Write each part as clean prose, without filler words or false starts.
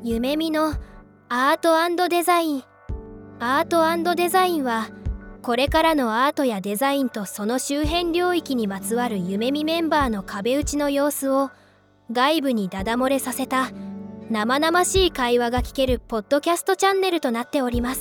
夢見のアート&デザイン。アート&デザインはこれからのアートやデザインとその周辺領域にまつわる夢見メンバーの壁打ちの様子を外部にダダ漏れさせた生々しい会話が聞けるポッドキャストチャンネルとなっております。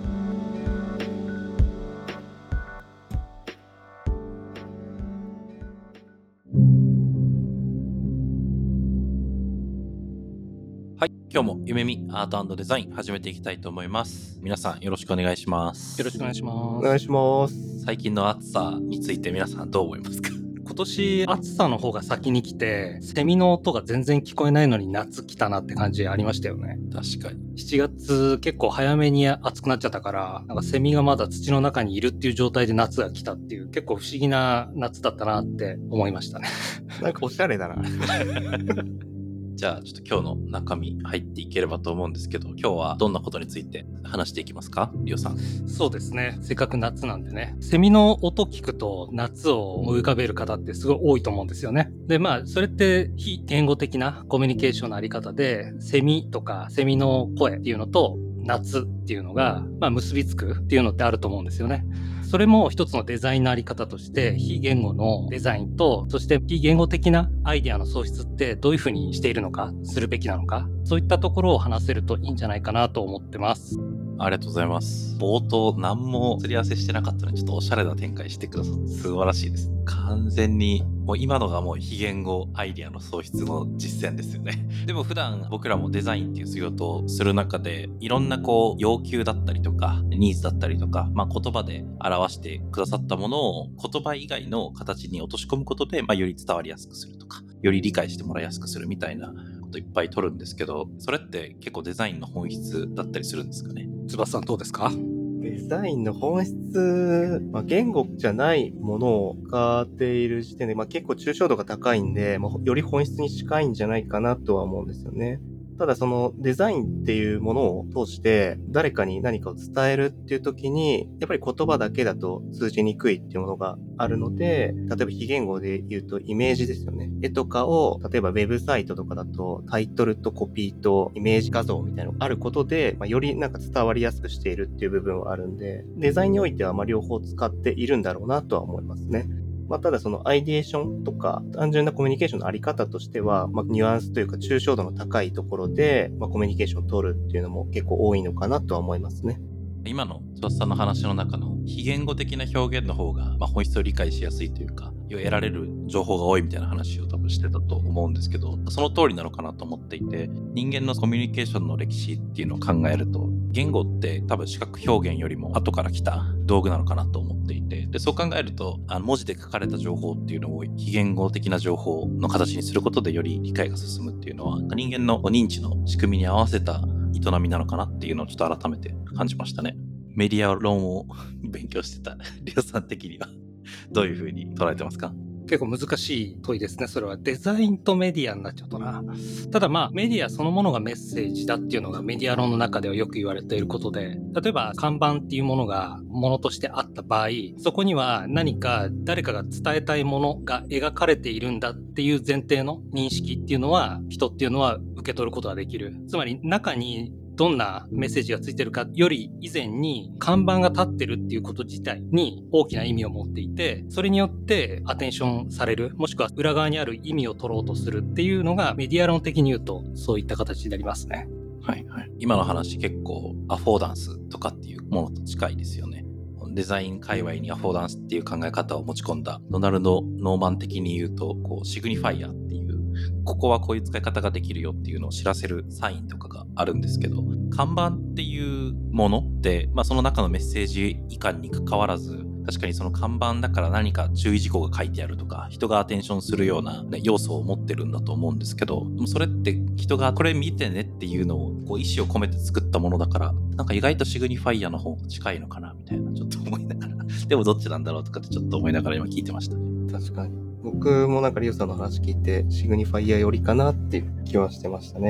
はい、今日も夢見アート&デザイン始めていきたいと思います。皆さんよろしくお願いします。 よろしくお願いします。 お願いします。 最近の暑さについて皆さんどう思いますか？ 今年暑さの方が先に来て、セミの音が全然聞こえないのに夏来たなって感じありましたよね。 確かに。 7月結構早めに暑くなっちゃったから、なんかセミがまだ土の中にいるっていう状態で夏が来たっていう結構不思議な夏だったなって思いましたね。 なんかおしゃれだな。 じゃあちょっと今日の中身入っていければと思うんですけど、今日はどんなことについて話していきますか、リオさん。 そうですね。せっかく夏なんでね。セミの音聞くと夏を思い浮かべる方ってすごい多いと思うんですよね。で、それって非言語的なコミュニケーションのあり方で、セミとかセミの声っていうのと夏っていうのが、結びつくっていうのってあると思うんですよね。それも一つのデザインのあり方として、非言語のデザインと、そして非言語的なアイデアの創出ってどういうふうにしているのか、するべきなのか、そういったところを話せるといいんじゃないかなと思ってます。 ありがとうございます。冒頭何もすり合わせしてなかったのにちょっとおしゃれな展開してくださって素晴らしいです。完全にもう今のがもう非言語アイデアの創出の実践ですよね。でも普段僕らもデザインっていう仕事をする中でいろんな要求だったりとかニーズだったりとか、言葉で表してくださったものを言葉以外の形に落とし込むことで、より伝わりやすくするとか、より理解してもらいやすくするみたいなこといっぱい取るんですけど、それって結構デザインの本質だったりするんですかね。 翼さんどうですか？ デザインの本質、言語じゃないものを使っている時点で、結構抽象度が高いんで、より本質に近いんじゃないかなとは思うんですよね。ただそのデザインっていうものを通して誰かに何かを伝えるっていう時にやっぱり言葉だけだと通じにくいっていうものがあるので、例えば非言語で言うとイメージですよね。絵とかを例えばウェブサイトとかだとタイトルとコピーとイメージ画像みたいなのがあることで、よりなんか伝わりやすくしているっていう部分はあるんで、デザインにおいては両方使っているんだろうなとは思いますね。ただそのアイデエーションとか単純なコミュニケーションのあり方としては、ニュアンスというか抽象度の高いところで、コミュニケーションを取るっていうのも結構多いのかなとは思いますね。 今の翼さんの話の中の非言語的な表現の方が、本質を理解しやすいというか、得られる情報が多いみたいな話を多分してたと思うんですけど、その通りなのかなと思っていて、人間のコミュニケーションの歴史っていうのを考えると、言語って多分視覚表現よりも後から来た道具なのかなと思っていて、でそう考えると文字で書かれた情報っていうのを非言語的な情報の形にすることでより理解が進むっていうのは、人間の認知の仕組みに合わせた営みなのかなっていうのをちょっと改めて感じましたね。メディア論を勉強してたリオさん的にはどういう風に捉えてますか？ 結構難しい問いですね。それはデザインとメディアになっちゃうとな。ただメディアそのものがメッセージだっていうのがメディア論の中ではよく言われていることで、例えば看板っていうものがものとしてあった場合、そこには何か誰かが伝えたいものが描かれているんだっていう前提の認識っていうのは、人っていうのは受け取ることができる。つまり中にどんなメッセージがついてるかより以前に看板が立ってるっていうこと自体に大きな意味を持っていて、それによってアテンションされる、もしくは裏側にある意味を取ろうとするっていうのがメディア論的に言うとそういった形になりますね。 はいはい。今の話結構アフォーダンスとかっていうものと近いですよね。デザイン界隈にアフォーダンスっていう考え方を持ち込んだドナルド・ノーマン的に言うとシグニファイアっていう、ここはこういう使い方ができるよっていうのを知らせるサインとかがあるんですけど、看板っていうものって、その中のメッセージ以下に関わらず、確かにその看板だから何か注意事項が書いてあるとか、人がアテンションするような、要素を持ってるんだと思うんですけど、でもそれって人がこれ見てねっていうのを意思を込めて作ったものだから、なんか意外とシグニファイアの方が近いのかなみたいな、ちょっと思いながらでもどっちなんだろうとかってちょっと思いながら今聞いてましたね。 確かに。僕もリオさんの話聞いてシグニファイア寄りかなっていう気はしてましたね。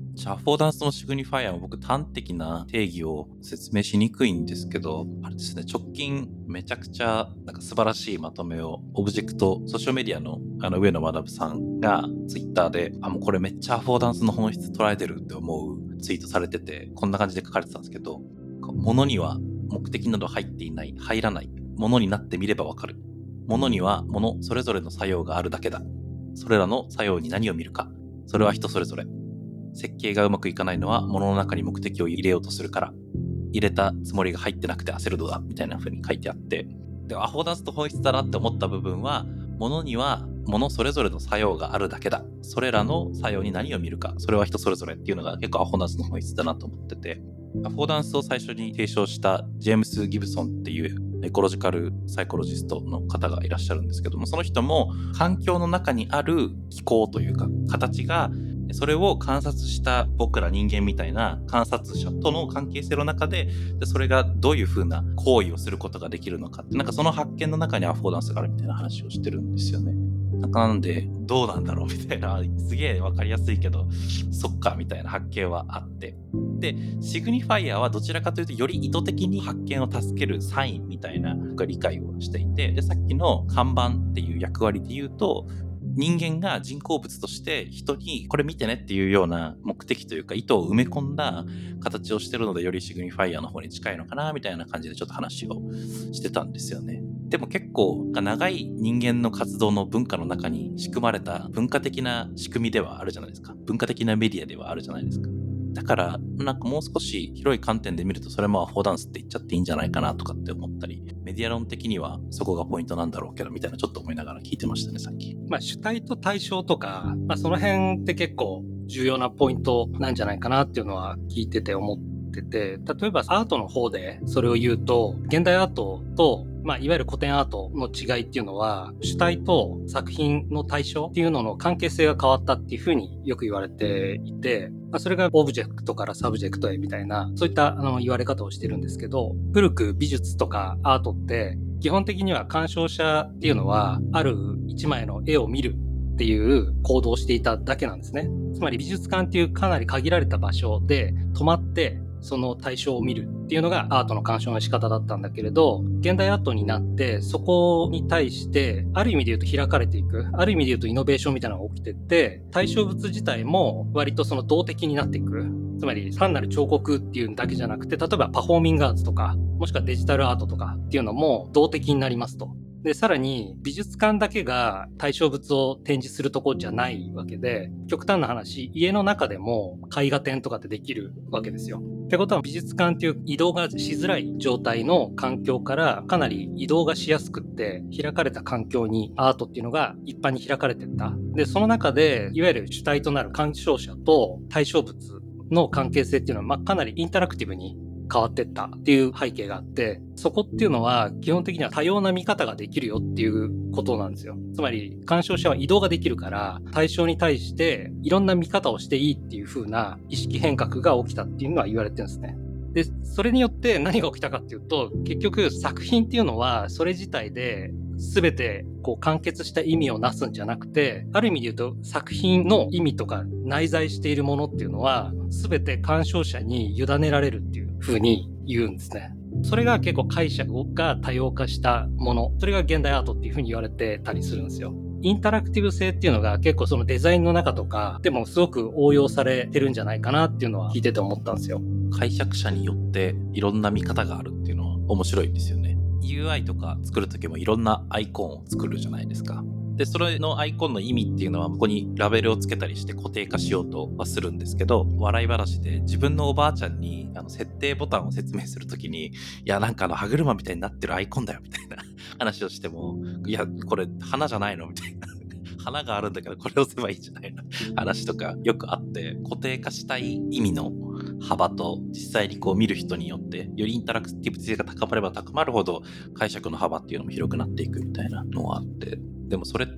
じゃあアフォーダンスのシグニファイアも僕端的な定義を説明しにくいんですけど、あれですね、直近めちゃくちゃなんか素晴らしいまとめをオブジェクトソシオメディアの上野学さんがツイッターでもうこれめっちゃアフォーダンスの本質捉えてるって思うツイートされてて、こんな感じで書かれてたんですけど、物には目的など入っていない、入らない、物になってみればわかる。物には物それぞれの作用があるだけだ。それらの作用に何を見るか、それは人それぞれ。設計がうまくいかないのは物の中に目的を入れようとするから、入れたつもりが入ってなくて焦るのだみたいな風に書いてあって、でアフォーダンスと本質だなって思った部分は、物には物それぞれの作用があるだけだ、それらの作用に何を見るか、それは人それぞれっていうのが結構アフォーダンスの本質だなと思ってて、アフォーダンスを最初に提唱したジェームス・ギブソンっていうエコロジカルサイコロジストの方がいらっしゃるんですけども、その人も環境の中にある機構というか形が、それを観察した僕ら人間みたいな観察者との関係性の中で、それがどういう風な行為をすることができるのかって、なんかその発見の中にアフォーダンスがあるみたいな話をしてるんですよね。なんでどうなんだろうみたいな、すげえわかりやすいけどそっかみたいな発見はあって、でシグニファイアはどちらかというとより意図的に発見を助けるサインみたいな理解をしていて、でさっきの看板っていう役割で言うと、人間が人工物として人にこれ見てねっていうような目的というか意図を埋め込んだ形をしてるので、よりシグニファイアの方に近いのかなみたいな感じでちょっと話をしてたんですよね。でも結構長い人間の活動の文化の中に仕組まれた文化的な仕組みではあるじゃないですか。文化的なメディアではあるじゃないですか。だからなんかもう少し広い観点で見ると、それもアフォーダンスって言っちゃっていいんじゃないかなとかって思ったり、メディア論的にはそこがポイントなんだろうけどみたいなちょっと思いながら聞いてましたね、さっき。 主体と対象とか、その辺って結構重要なポイントなんじゃないかなっていうのは聞いてて思ってて、例えばアートの方でそれを言うと、現代アートといわゆる古典アートの違いっていうのは、主体と作品の対象っていうのの関係性が変わったっていうふうによく言われていて、それがオブジェクトからサブジェクトへみたいな、そういった言われ方をしてるんですけど、古く美術とかアートって基本的には鑑賞者っていうのはある一枚の絵を見るっていう行動をしていただけなんですね。つまり美術館っていうかなり限られた場所で止まってその対象を見るっていうのがアートの鑑賞の仕方だったんだけれど、現代アートになってそこに対してある意味で言うと開かれていく、ある意味で言うとイノベーションみたいなのが起きてって、対象物自体も割とその動的になっていく。つまり単なる彫刻っていうだけじゃなくて、例えばパフォーミングアーツとか、もしくはデジタルアートとかっていうのも動的になりますと。で、さらに美術館だけが対象物を展示するところじゃないわけで、極端な話、家の中でも絵画展とかってできるわけですよ。ってことは美術館っていう移動がしづらい状態の環境からかなり移動がしやすくって開かれた環境にアートっていうのが一般に開かれていった。で、その中でいわゆる主体となる鑑賞者と対象物の関係性っていうのはかなりインタラクティブに変わっていったっていう背景があって、そこっていうのは基本的には多様な見方ができるよっていうことなんですよ。つまり鑑賞者は移動ができるから対象に対していろんな見方をしていいっていう風な意識変革が起きたっていうのは言われてるんですね。で、それによって何が起きたかっていうと、結局作品っていうのはそれ自体で全て完結した意味をなすんじゃなくて、ある意味で言うと作品の意味とか内在しているものっていうのは全て鑑賞者に委ねられるっていう風に言うんですね。それが結構解釈が多様化したもの、それが現代アートっていう風に言われてたりするんですよ。インタラクティブ性っていうのが結構そのデザインの中とかでもすごく応用されてるんじゃないかなっていうのは聞いてて思ったんですよ。 解釈者によっていろんな見方があるっていうのは面白いんですよね。UI とか作るときもいろんなアイコンを作るじゃないですか。で、それのアイコンの意味っていうのはここにラベルをつけたりして固定化しようとはするんですけど、笑い話で自分のおばあちゃんに設定ボタンを説明するときに、いやなんか歯車みたいになってるアイコンだよみたいな話をしても、いやこれ花じゃないのみたいな花があるんだけどこれを押せばいいんじゃないの話とかよくあって、固定化したい意味の幅と実際に見る人によってよりインタラクティブ性が高まれば高まるほど解釈の幅っていうのも広くなっていくみたいなのがあって、でもそれって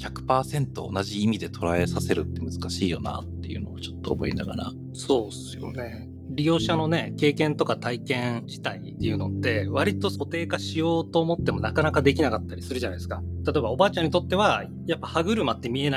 100% 同じ意味で捉えさせるって難しいよなっていうのをちょっと思いながら。 そうっすよね。利用者のね、経験とか体験自体っていうのって割と固定化しようと思ってもなかなかできなかったりするじゃないですか。例えばおばあちゃんにとってはやっぱ歯車って見えないく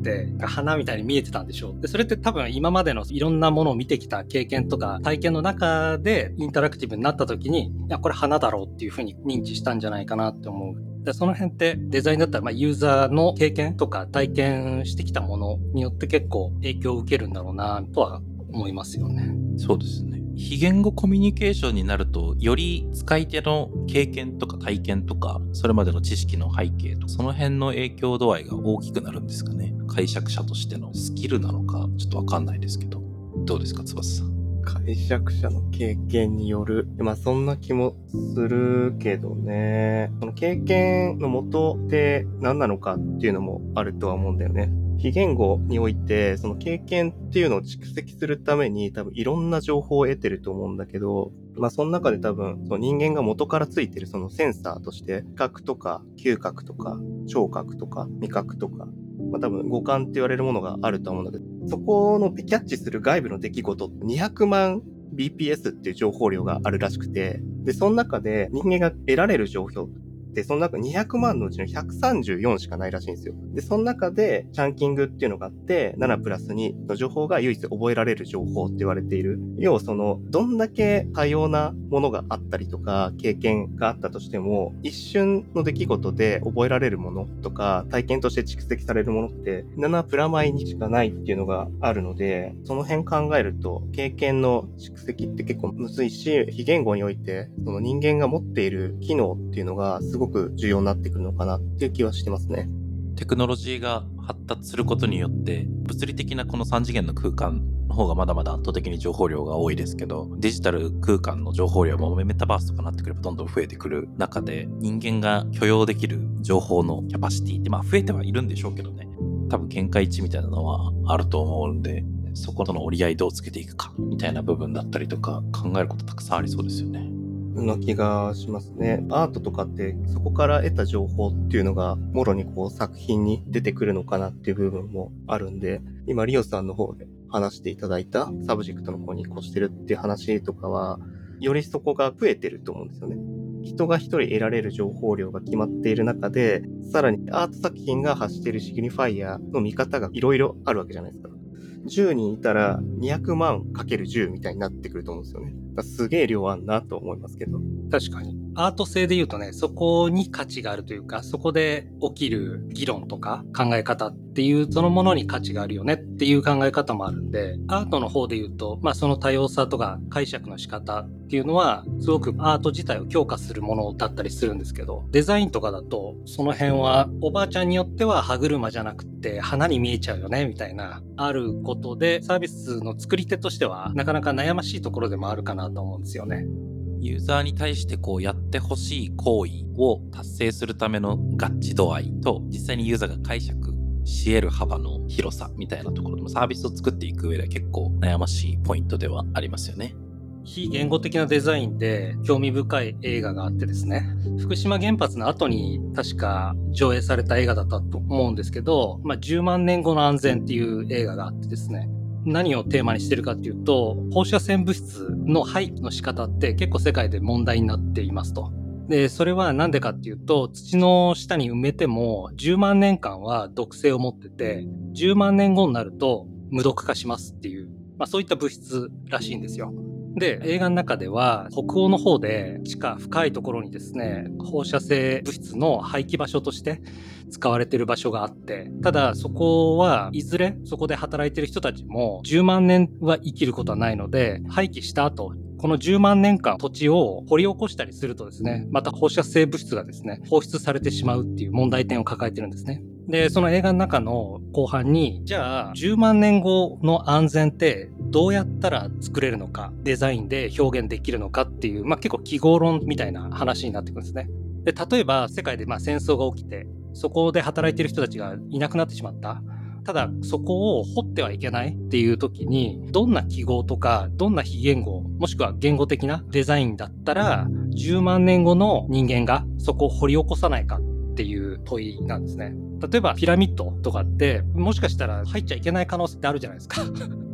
って花みたいに見えてたんでしょう。でそれって多分今までのいろんなものを見てきた経験とか体験の中でインタラクティブになった時に、いやこれ花だろうっていうふうに認知したんじゃないかなって思う。でその辺ってデザインだったらユーザーの経験とか体験してきたものによって結構影響を受けるんだろうなとは思いますよね。 そうですね。非言語コミュニケーションになると、より使い手の経験とか体験とか、それまでの知識の背景とか、その辺の影響度合いが大きくなるんですかね。解釈者としてのスキルなのか、ちょっとわかんないですけど。どうですか、翼さん。 解釈者の経験による。そんな気もするけどね。その経験の元って何なのかっていうのもあるとは思うんだよね。非言語において、その経験っていうのを蓄積するために多分いろんな情報を得てると思うんだけど、その中で多分その人間が元からついてるそのセンサーとして、視覚とか嗅覚とか聴覚とか味覚とか、多分五感って言われるものがあると思うんだけど、そこのキャッチする外部の出来事って200万 BPS っていう情報量があるらしくて、で、その中で人間が得られる情報で、その中200万のうちの134しかないらしいんですよ。で、その中でチャンキングっていうのがあって、7プラス2の情報が唯一覚えられる情報って言われている。要はどんだけ多様なものがあったりとか、経験があったとしても、一瞬の出来事で覚えられるものとか、体験として蓄積されるものって、7プラマイにしかないっていうのがあるので、その辺考えると、経験の蓄積って結構むずいし、非言語において、その人間が持っている機能っていうのがすごく重要になってくるのかなっていう気はしてますね。 テクノロジーが発達することによって、物理的なこの3次元の空間の方がまだまだ圧倒的に情報量が多いですけど、デジタル空間の情報量もメタバースとかになってくればどんどん増えてくる中で、人間が許容できる情報のキャパシティって増えてはいるんでしょうけどね、多分限界値みたいなのはあると思うんで、そことの折り合いどうつけていくかみたいな部分だったりとか考えることたくさんありそうですよね。 な気がしますね。アートとかってそこから得た情報っていうのがもろに作品に出てくるのかなっていう部分もあるんで、今リオさんの方で話していただいたサブジェクトの方に移行してるっていう話とかは、よりそこが増えてると思うんですよね。人が一人得られる情報量が決まっている中で、さらにアート作品が発しているシグニファイアの見方がいろいろあるわけじゃないですか。10人いたら200万 ×10 みたいになってくると思うんですよね。すげえ量あんなと思いますけど。 確かにアート性で言うとね、そこに価値があるというか、そこで起きる議論とか考え方っていうそのものに価値があるよねっていう考え方もあるんで、アートの方で言うと、その多様さとか解釈の仕方っていうのはすごくアート自体を強化するものだったりするんですけど、デザインとかだとその辺はおばあちゃんによっては歯車じゃなくて花に見えちゃうよねみたいなあることで、サービスの作り手としてはなかなか悩ましいところでもあるかなと思うんですよね。 ユーザーに対してやってほしい行為を達成するための合致度合いと、実際にユーザーが解釈し得る幅の広さみたいなところでもサービスを作っていく上では結構悩ましいポイントではありますよね。 非言語的なデザインで興味深い映画があってですね、福島原発の後に確か上映された映画だったと思うんですけど、10万年後の安全っていう映画があってですね、何をテーマにしてるかっていうと、放射線物質の廃棄の仕方って結構世界で問題になっていますと。で、それはなんでかっていうと、土の下に埋めても10万年間は毒性を持ってて、10万年後になると無毒化しますっていう、そういった物質らしいんですよ。で、映画の中では北欧の方で地下深いところにですね、放射性物質の廃棄場所として使われている場所があって、ただそこはいずれそこで働いている人たちも10万年は生きることはないので、廃棄した後、この10万年間土地を掘り起こしたりするとですね、また放射性物質がですね、放出されてしまうっていう問題点を抱えてるんですね。で、その映画の中の後半に、じゃあ10万年後の安全ってどうやったら作れるのか、デザインで表現できるのかっていう、結構記号論みたいな話になってくるんですね。で、例えば世界で戦争が起きて、そこで働いている人たちがいなくなってしまった。ただそこを掘ってはいけないっていう時に、どんな記号とかどんな非言語もしくは言語的なデザインだったら10万年後の人間がそこを掘り起こさないかっていう問いなんですね。例えばピラミッドとかってもしかしたら入っちゃいけない可能性ってあるじゃないですか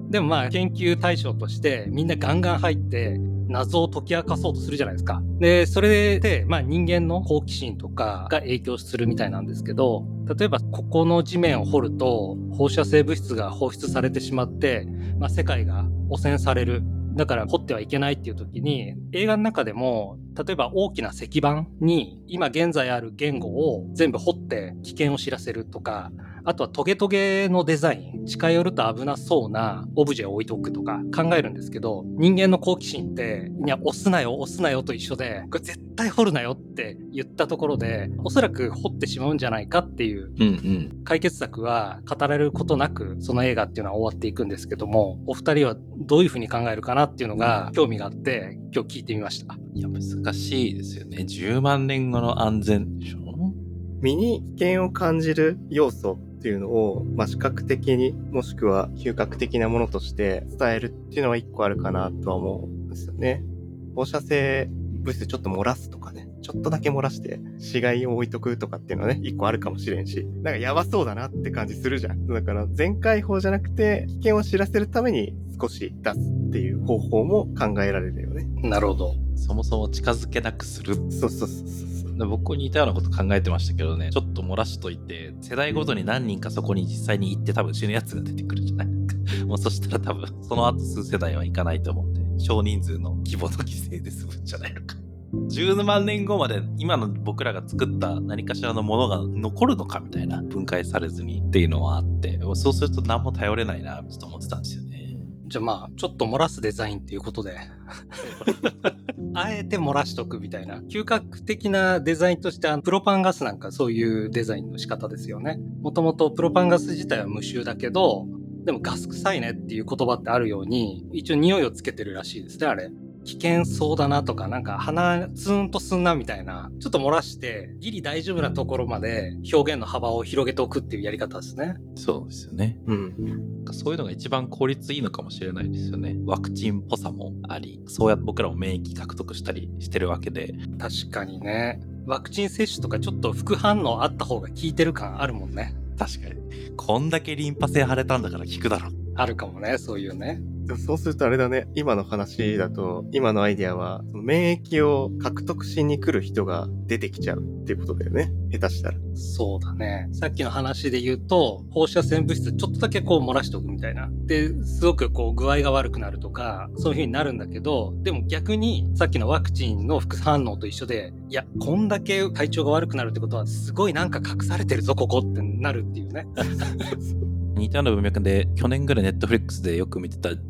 でもまあ研究対象としてみんなガンガン入って謎を解き明かそうとするじゃないですか。で、それでまあ人間の好奇心とかが影響するみたいなんですけど、例えばここの地面を掘ると放射性物質が放出されてしまって、まあ、世界が汚染される。だから掘ってはいけないっていう時に、映画の中でも例えば大きな石板に今現在ある言語を全部掘って危険を知らせるとか、あとはトゲトゲのデザイン、近寄ると危なそうなオブジェを置いておくとか考えるんですけど、人間の好奇心って、いや、押すなよと一緒で、これ絶対掘るなよって言ったところで、おそらく掘ってしまうんじゃないかっていう解決策は語られることなく、その映画っていうのは終わっていくんですけども、お二人はどういうふうに考えるかなっていうのが興味があって、今日聞いてみました。 いや、難しいですよね。10万年後の安全でしょ。 身に危険を感じる要素っていうのを、視覚的にもしくは嗅覚的なものとして伝えるっていうのは一個あるかなとは思うんですよね。放射性物質ちょっと漏らすとかね、ちょっとだけ漏らして死骸を置いとくとかっていうのはね、一個あるかもしれんし、なんかやばそうだなって感じするじゃん。だから全開放じゃなくて危険を知らせるために少し出すっていう方法も考えられるよね。 なるほど。 そもそも近づけなくする。 そう。 僕に似たようなこと考えてましたけどね、ちょっと漏らしといて、世代ごとに何人かそこに実際に行って多分死ぬやつが出てくるじゃないもうそしたら多分その後数世代はいかないと思うんで、少人数の規模の犠牲で済むんじゃないのか。10万年後まで今の僕らが作った何かしらのものが残るのかみたいな、分解されずにっていうのはあって、そうすると何も頼れないなと思ってたんですよね。 じゃあちょっと漏らすデザインっていうことであえて漏らしとくみたいな、嗅覚的なデザインとしてプロパンガスなんかそういうデザインの仕方ですよね。もともとプロパンガス自体は無臭だけど、でもガス臭いねっていう言葉ってあるように、一応匂いをつけてるらしいですね、あれ。危険そうだなとか、なんか鼻ツーンとすんなみたいな、ちょっと漏らしてギリ大丈夫なところまで表現の幅を広げておくっていうやり方ですね。 そうですよね。そういうのが一番効率いいのかもしれないですよね。ワクチンっぽさもあり、そうやって僕らも免疫獲得したりしてるわけで。 確かにね。ワクチン接種とかちょっと副反応あった方が効いてる感あるもんね。 確かに。こんだけリンパ性腫れたんだから効くだろ。 あるかもね、そういうね。 そうするとあれだね、今の話だと、今のアイデアは、免疫を獲得しに来る人が出てきちゃうっていうことだよね。下手したら。 そうだね。さっきの話で言うと、放射線物質ちょっとだけこう漏らしておくみたいな。で、すごくこう具合が悪くなるとか、そういう風になるんだけど、でも逆にさっきのワクチンの副反応と一緒で、いや、こんだけ体調が悪くなるってことは、すごいなんか隠されてるぞ、ここってなるっていうね。 似たような文脈で去年ぐらいネットフリックスでよく見てた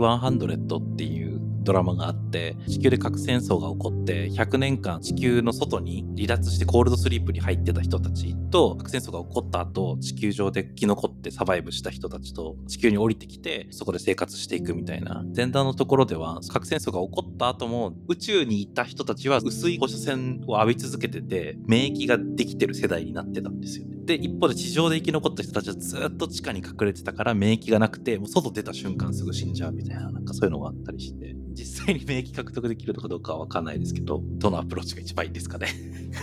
G100 っていうドラマがあって、地球で核戦争が起こって100年間地球の外に離脱してコールドスリープに入ってた人たちと、核戦争が起こった後地球上で生き残ってサバイブした人たちと地球に降りてきてそこで生活していくみたいな。前段のところでは核戦争が起こった後も宇宙に行った人たちは薄い放射線を浴び続けてて免疫ができてる世代になってたんですよね。で、一方で地上で生き残った人たちはずっと地下に隠れてたから免疫がなくて、もう外出た瞬間すぐ死んじゃうみたいな、なんかそういうのがあったりして、実際に免疫獲得できるのかどうかは分かんないですけど、どのアプローチが一番いいんですかね。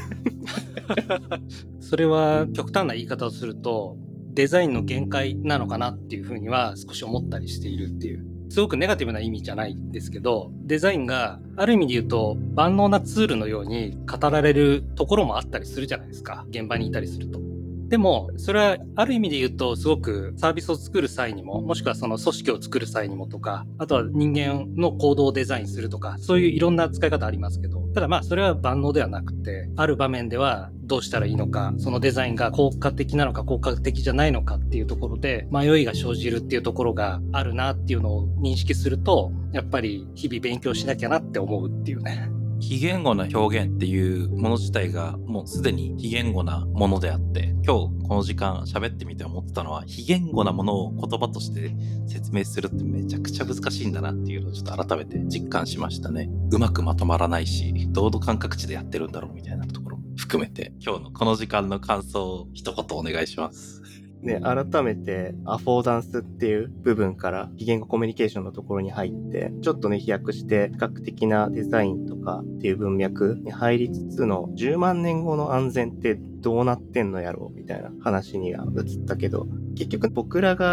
それは極端な言い方をすると、デザインの限界なのかなっていうふうには少し思ったりしているっていう。すごくネガティブな意味じゃないんですけど、デザインがある意味で言うと万能なツールのように語られるところもあったりするじゃないですか。現場にいたりすると。でも、それはある意味で言うと、すごくサービスを作る際にも、もしくはその組織を作る際にもとか、あとは人間の行動をデザインするとか、そういういろんな使い方ありますけど、ただそれは万能ではなくて、ある場面ではどうしたらいいのか、そのデザインが効果的なのか効果的じゃないのかっていうところで、迷いが生じるっていうところがあるなっていうのを認識すると、やっぱり日々勉強しなきゃなって思うっていうね。 非言語な表現っていうもの自体がもうすでに非言語なものであって、今日この時間喋ってみて思ったのは、非言語なものを言葉として説明するってめちゃくちゃ難しいんだなっていうのをちょっと改めて実感しましたね。うまくまとまらないし、どの感覚値でやってるんだろうみたいなところも含めて、今日のこの時間の感想を一言お願いします。 ね、改めてアフォーダンスっていう部分から非言語コミュニケーションのところに入って、ちょっとね飛躍して比較的なデザインとかっていう文脈に入りつつの10万年後の安全ってどうなってんのやろうみたいな話には移ったけど、結局僕らが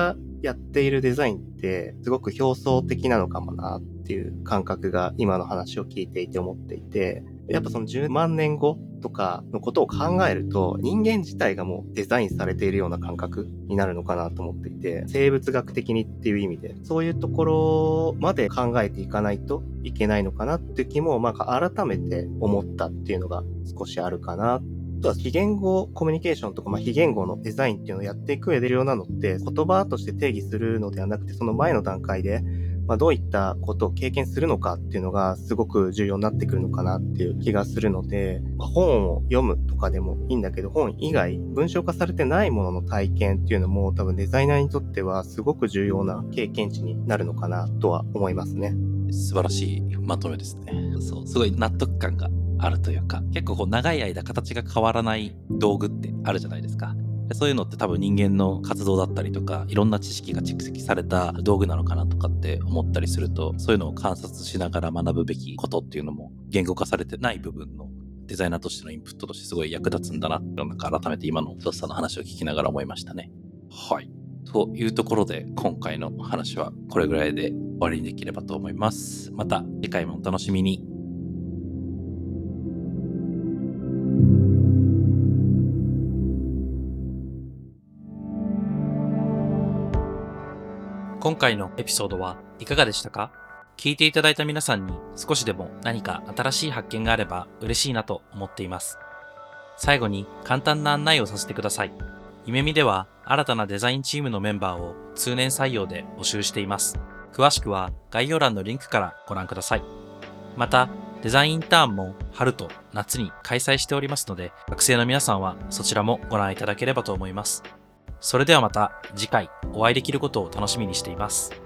やっているデザインってすごく表層的なのかもなっていう感覚が今の話を聞いていて思っていて、やっぱその10万年後とかのことを考えると、人間自体がもうデザインされているような感覚になるのかなと思っていて、生物学的にっていう意味で、そういうところまで考えていかないといけないのかなっていう気も、改めて思ったっていうのが少しあるかな。あとは非言語コミュニケーションとか、非言語のデザインっていうのをやっていく上で重要なのって、言葉として定義するのではなくて、その前の段階で、どういったことを経験するのかっていうのがすごく重要になってくるのかなっていう気がするので、本を読むとかでもいいんだけど、本以外、文章化されてないものの体験っていうのも多分デザイナーにとってはすごく重要な経験値になるのかなとは思いますね。 素晴らしいまとめですね。そう、すごい納得感があるというか、結構長い間形が変わらない道具ってあるじゃないですか。そういうのって多分人間の活動だったりとか、いろんな知識が蓄積された道具なのかなとかって思ったりすると、そういうのを観察しながら学ぶべきことっていうのも言語化されてない部分のデザイナーとしてのインプットとしてすごい役立つんだなって、改めて今のトスさんの話を聞きながら思いましたね。はい。というところで今回の話はこれぐらいで終わりにできればと思います。また次回もお楽しみに。今回のエピソードはいかがでしたか？聞いていただいた皆さんに少しでも何か新しい発見があれば嬉しいなと思っています。最後に簡単な案内をさせてください。ゆめみでは新たなデザインチームのメンバーを通年採用で募集しています。詳しくは概要欄のリンクからご覧ください。また、デザインインターンも春と夏に開催しておりますので、学生の皆さんはそちらもご覧いただければと思います。それではまた次回お会いできることを楽しみにしています。